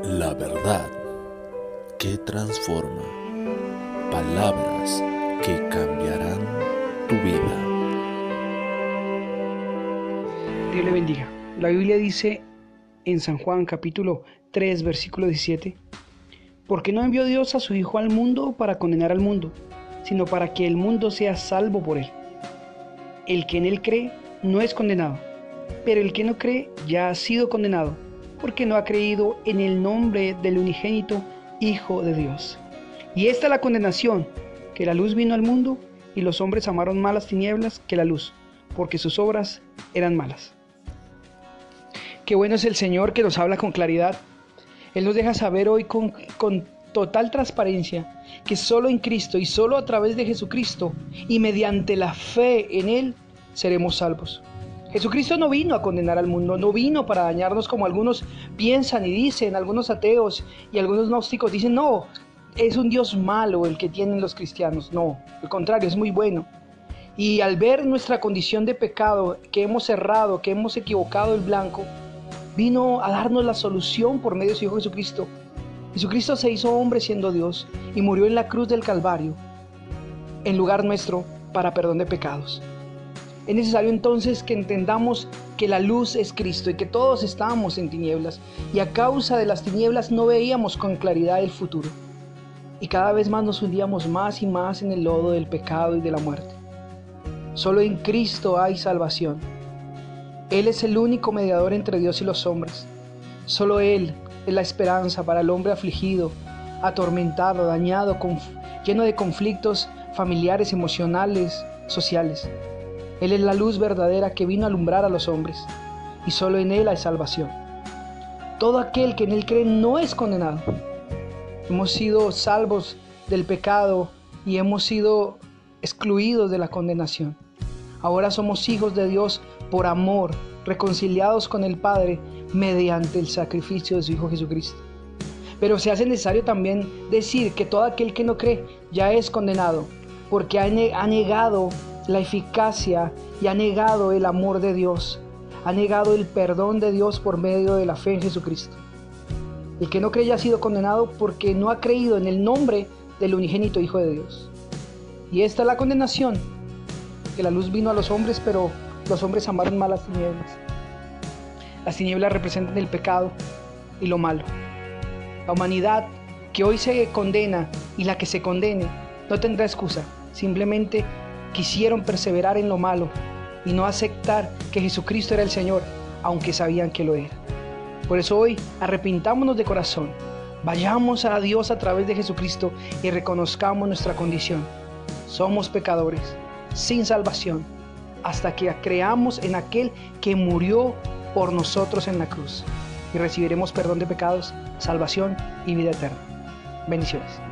La verdad que transforma. Palabras que cambiarán tu vida. Dios le bendiga. La Biblia dice en San Juan capítulo 3 versículo 17: porque no envió Dios a su Hijo al mundo para condenar al mundo, sino para que el mundo sea salvo por él. El que en él cree no es condenado, pero el que no cree ya ha sido condenado, porque no ha creído en el nombre del unigénito Hijo de Dios. Y esta es la condenación, que la luz vino al mundo, y los hombres amaron más las tinieblas que la luz, porque sus obras eran malas. Qué bueno es el Señor, que nos habla con claridad. Él nos deja saber hoy con total transparencia que solo en Cristo y solo a través de Jesucristo y mediante la fe en Él seremos salvos. Jesucristo no vino a condenar al mundo, no vino para dañarnos como algunos piensan y dicen, algunos ateos y algunos gnósticos dicen: no, es un Dios malo el que tienen los cristianos. No, al contrario, es muy bueno. Y al ver nuestra condición de pecado, que hemos errado, que hemos equivocado el blanco, vino a darnos la solución por medio de su Hijo Jesucristo. Jesucristo se hizo hombre siendo Dios y murió en la cruz del Calvario en lugar nuestro para perdón de pecados. Es necesario entonces que entendamos que la luz es Cristo y que todos estábamos en tinieblas, y a causa de las tinieblas no veíamos con claridad el futuro, y cada vez más nos hundíamos más y más en el lodo del pecado y de la muerte. Solo en Cristo hay salvación. Él es el único mediador entre Dios y los hombres. Solo Él es la esperanza para el hombre afligido, atormentado, dañado, lleno de conflictos familiares, emocionales, sociales. Él es la luz verdadera que vino a alumbrar a los hombres, y solo en Él hay salvación. Todo aquel que en Él cree no es condenado. Hemos sido salvos del pecado y hemos sido excluidos de la condenación. Ahora somos hijos de Dios por amor, reconciliados con el Padre mediante el sacrificio de su Hijo Jesucristo. Pero se hace necesario también decir que todo aquel que no cree ya es condenado, porque ha negado la eficacia y ha negado el amor de Dios, ha negado el perdón de Dios por medio de la fe en Jesucristo. El que no cree ya ha sido condenado porque no ha creído en el nombre del unigénito Hijo de Dios. Y esta es la condenación, que la luz vino a los hombres, pero los hombres amaron más las tinieblas. Las tinieblas representan el pecado y lo malo. La humanidad que hoy se condena y la que se condene no tendrá excusa. Simplemente quisieron perseverar en lo malo y no aceptar que Jesucristo era el Señor, aunque sabían que lo era. Por eso hoy arrepintámonos de corazón, vayamos a Dios a través de Jesucristo y reconozcamos nuestra condición. Somos pecadores, sin salvación, hasta que creamos en aquel que murió por nosotros en la cruz, y recibiremos perdón de pecados, salvación y vida eterna. Bendiciones.